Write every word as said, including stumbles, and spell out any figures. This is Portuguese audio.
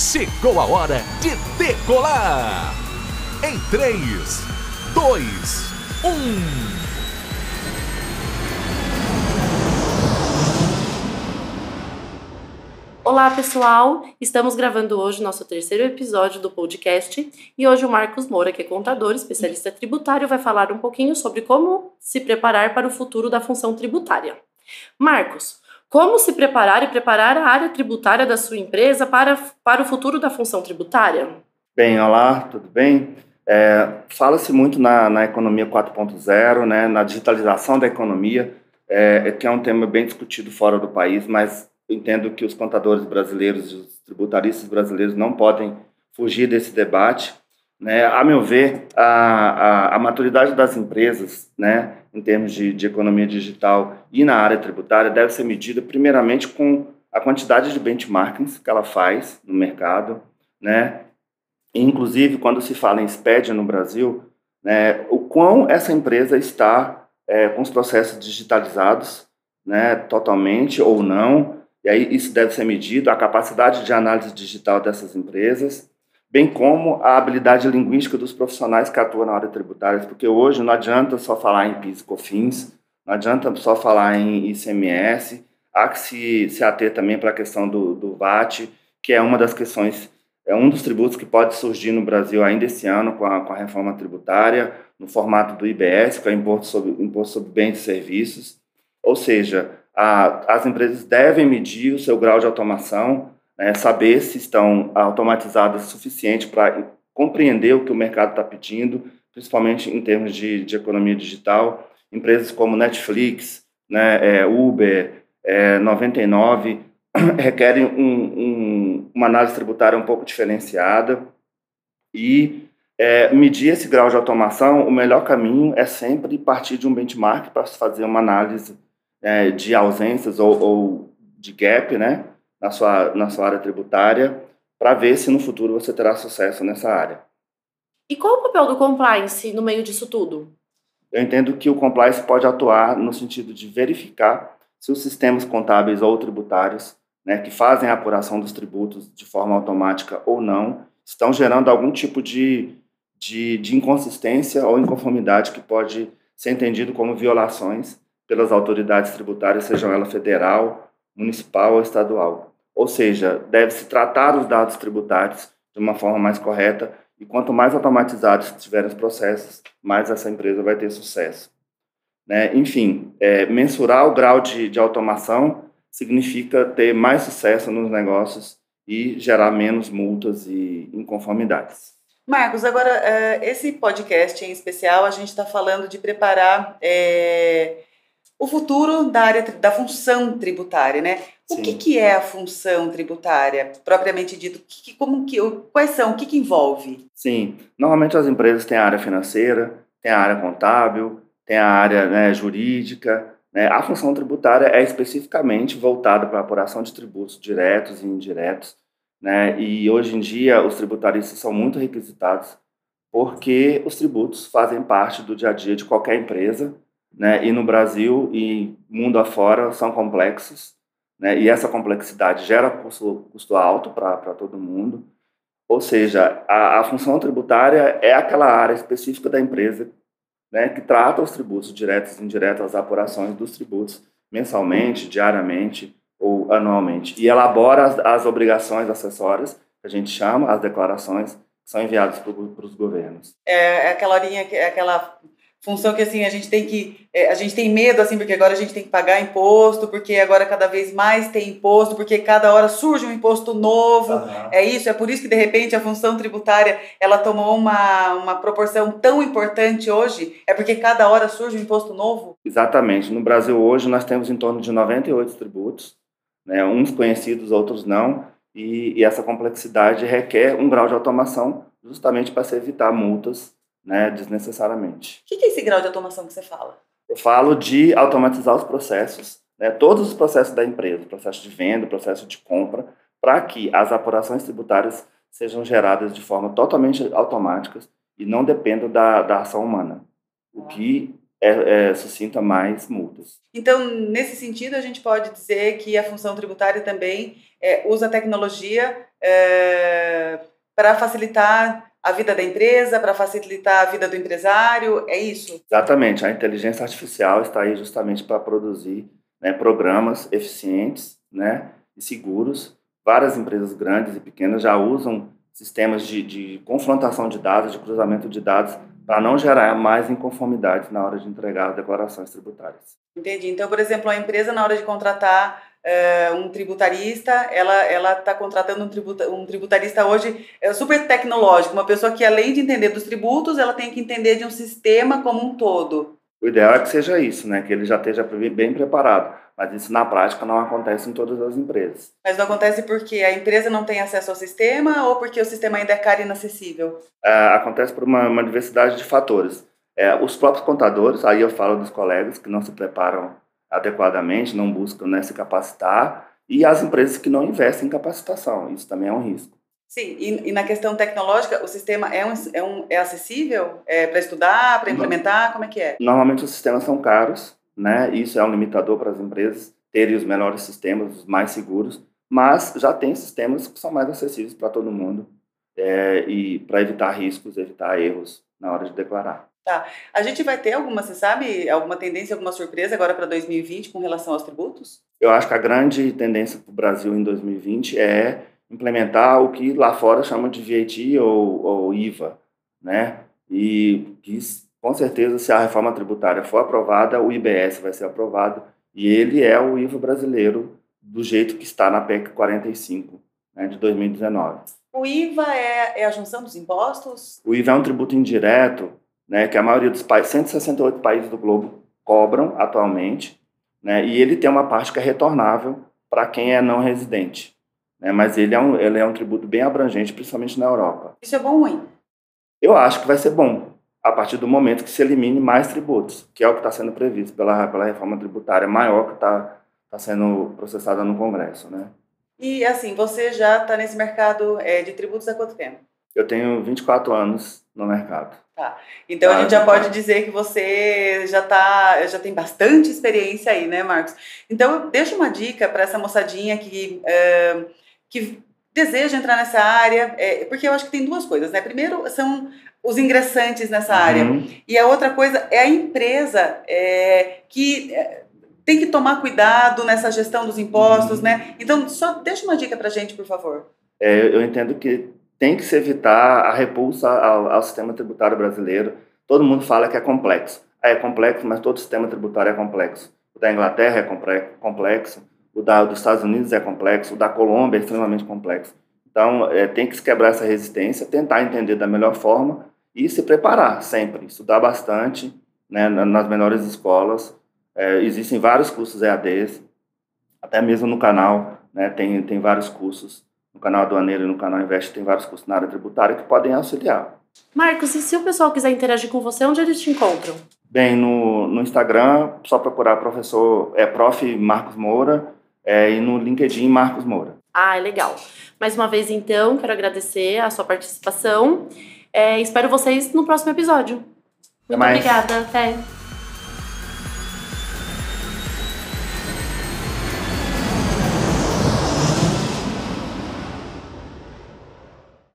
Chegou a hora de decolar! Em três, dois, um... Olá, pessoal! Estamos gravando hoje o nosso terceiro episódio do podcast e hoje o Marcos Moura, que é contador, especialista tributário, vai falar um pouquinho sobre como se preparar para o futuro da função tributária. Marcos, como se preparar e preparar a área tributária da sua empresa para, para o futuro da função tributária? Bem, olá, tudo bem? É, fala-se muito na, na economia quatro ponto zero, né, na digitalização da economia, é, que é um tema bem discutido fora do país, mas entendo que os contadores brasileiros e os tributaristas brasileiros não podem fugir desse debate. Né? A meu ver, a, a, a maturidade das empresas, né, em termos de, de economia digital e na área tributária, deve ser medida primeiramente com a quantidade de benchmarkings que ela faz no mercado, né? Inclusive, quando se fala em SPED no Brasil, né, o quão essa empresa está é, com os processos digitalizados, né, totalmente ou não. E aí isso deve ser medido, a capacidade de análise digital dessas empresas, bem como a habilidade linguística dos profissionais que atuam na área tributária, porque hoje não adianta só falar em PIS e COFINS, não adianta só falar em I C M S, há que se, se ater também para a questão do, do V A T, que é uma das questões, é um dos tributos que pode surgir no Brasil ainda esse ano com a, com a reforma tributária, no formato do I B S, que é o Imposto sobre, Imposto sobre Bens e Serviços, ou seja, A, as empresas devem medir o seu grau de automação, né, saber se estão automatizadas o suficiente para compreender o que o mercado está pedindo, principalmente em termos de, de economia digital. Empresas como Netflix, né, é, Uber, é, noventa e nove, requerem um, um, uma análise tributária um pouco diferenciada e é, medir esse grau de automação, o melhor caminho é sempre partir de um benchmark para se fazer uma análise É, de ausências ou, ou de gap, né, na sua, na sua área tributária, para ver se no futuro você terá sucesso nessa área. E qual o papel do compliance no meio disso tudo? Eu entendo que o compliance pode atuar no sentido de verificar se os sistemas contábeis ou tributários, né, que fazem a apuração dos tributos de forma automática ou não, estão gerando algum tipo de, de, de inconsistência ou inconformidade que pode ser entendido como violações pelas autoridades tributárias, sejam ela federal, municipal ou estadual. Ou seja, deve-se tratar os dados tributários de uma forma mais correta e quanto mais automatizados estiverem os processos, mais essa empresa vai ter sucesso. Né? Enfim, é, mensurar o grau de, de automação significa ter mais sucesso nos negócios e gerar menos multas e inconformidades. Marcos, agora, esse podcast em especial, a gente está falando de preparar é, o futuro da área da função tributária, né? O que, que é a função tributária, propriamente dito? Que, como que, quais são? O que, que envolve? Sim, normalmente as empresas têm a área financeira, tem a área contábil, tem a área, né, jurídica. Né? A função tributária é especificamente voltada para a apuração de tributos diretos e indiretos. Né? E hoje em dia os tributaristas são muito requisitados porque os tributos fazem parte do dia a dia de qualquer empresa. Né, e no Brasil e mundo afora são complexos, né, e essa complexidade gera custo, custo alto para todo mundo. Ou seja, a, a função tributária é aquela área específica da empresa, né, que trata os tributos diretos e indiretos, as apurações dos tributos mensalmente, diariamente ou anualmente, e elabora as, as obrigações acessórias, que a gente chama, as declarações, que são enviadas para os governos. É, é aquela horinha, é aquela função que assim a gente tem que é, a gente tem medo assim porque agora a gente tem que pagar imposto, porque agora cada vez mais tem imposto, porque cada hora surge um imposto novo. Uhum. É isso, é por isso que de repente a função tributária ela tomou uma, uma proporção tão importante hoje, é porque cada hora surge um imposto novo. Exatamente. No Brasil hoje nós temos em torno de noventa e oito tributos, né, uns conhecidos, outros não, e, e essa complexidade requer um grau de automação justamente para se evitar multas, né, desnecessariamente. O que é esse grau de automação que você fala? Eu falo de automatizar os processos, né, todos os processos da empresa, processo de venda, processo de compra, para que as apurações tributárias sejam geradas de forma totalmente automática e não dependam da, da ação humana, o que é, é, suscita mais multas. Então, nesse sentido, a gente pode dizer que a função tributária também é, usa a tecnologia é, para facilitar a vida da empresa, para facilitar a vida do empresário, é isso? Exatamente, a inteligência artificial está aí justamente para produzir, né, programas eficientes, né, e seguros. Várias empresas grandes e pequenas já usam sistemas de, de confrontação de dados, de cruzamento de dados, para não gerar mais inconformidades na hora de entregar as declarações tributárias. Entendi. Então, por exemplo, a empresa, na hora de contratar uh, um tributarista, ela ela está contratando um, tributa, um tributarista hoje é, super tecnológico, uma pessoa que, além de entender dos tributos, ela tem que entender de um sistema como um todo. O ideal é que seja isso, né? Que ele já esteja bem preparado. Mas isso, na prática, não acontece em todas as empresas. Mas não acontece porque a empresa não tem acesso ao sistema ou porque o sistema ainda é caro e inacessível? É, acontece por uma, uma diversidade de fatores. É, os próprios contadores, aí eu falo dos colegas que não se preparam adequadamente, não buscam, né, se capacitar, e as empresas que não investem em capacitação. Isso também é um risco. Sim, e, e na questão tecnológica, o sistema é, um, é, um, é acessível é, para estudar, para implementar? Como é que é? Normalmente os sistemas são caros, né? Isso é um limitador para as empresas terem os melhores sistemas, os mais seguros, mas já tem sistemas que são mais acessíveis para todo mundo é, e para evitar riscos, evitar erros na hora de declarar. Tá. A gente vai ter alguma, você sabe, alguma tendência, alguma surpresa agora para dois mil e vinte com relação aos tributos? Eu acho que a grande tendência para o Brasil em dois mil e vinte é implementar o que lá fora chama de V A T ou, ou I V A, né? E que, com certeza, se a reforma tributária for aprovada, o I B S vai ser aprovado e ele é o I V A brasileiro do jeito que está na P E C quarenta e cinco, né, de dois mil e dezenove. O I V A é, é a junção dos impostos? O I V A é um tributo indireto, né, que a maioria dos países, cento e sessenta e oito países do globo cobram atualmente, né, e ele tem uma parte que é retornável para quem é não residente. Né, mas ele é, um, ele é um tributo bem abrangente, principalmente na Europa. Isso é bom ou ruim? Eu acho que vai ser bom, a partir do momento que se elimine mais tributos, que é o que está sendo previsto pela, pela reforma tributária maior que está tá sendo processada no Congresso. Né? E assim, você já está nesse mercado é, de tributos há quanto tempo? Eu tenho vinte e quatro anos no mercado. Tá. Então, a gente já pode dizer que você já, tá, já tem bastante experiência aí, né, Marcos? Então, deixa uma dica para essa moçadinha que... É, que deseja entrar nessa área, é, porque eu acho que tem duas coisas, né? Primeiro, são os ingressantes nessa Uhum. área, e a outra coisa é a empresa é, que é, tem que tomar cuidado nessa gestão dos impostos, uhum. né? Então, só deixa uma dica pra gente, por favor. É, eu entendo que tem que se evitar a repulsa ao, ao sistema tributário brasileiro. Todo mundo fala que é complexo. É complexo, mas todo sistema tributário é complexo. O da Inglaterra é complexo, o da, dos Estados Unidos é complexo, o da Colômbia é extremamente complexo. Então, é, tem que se quebrar essa resistência, tentar entender da melhor forma e se preparar sempre, estudar bastante, né, nas melhores escolas. É, existem vários cursos E A Ds, até mesmo no canal, né, tem, tem vários cursos. No canal Aduaneiro e no canal Invest tem vários cursos na área tributária que podem auxiliar. Marcos, e se o pessoal quiser interagir com você, onde eles te encontram? Bem, no, no Instagram, só procurar professor, é prof Marcos Moura, é, e no LinkedIn Marcos Moura. Ah, é legal. Mais uma vez, então, quero agradecer a sua participação. É, espero vocês no próximo episódio. Muito Até mais. obrigada. Até.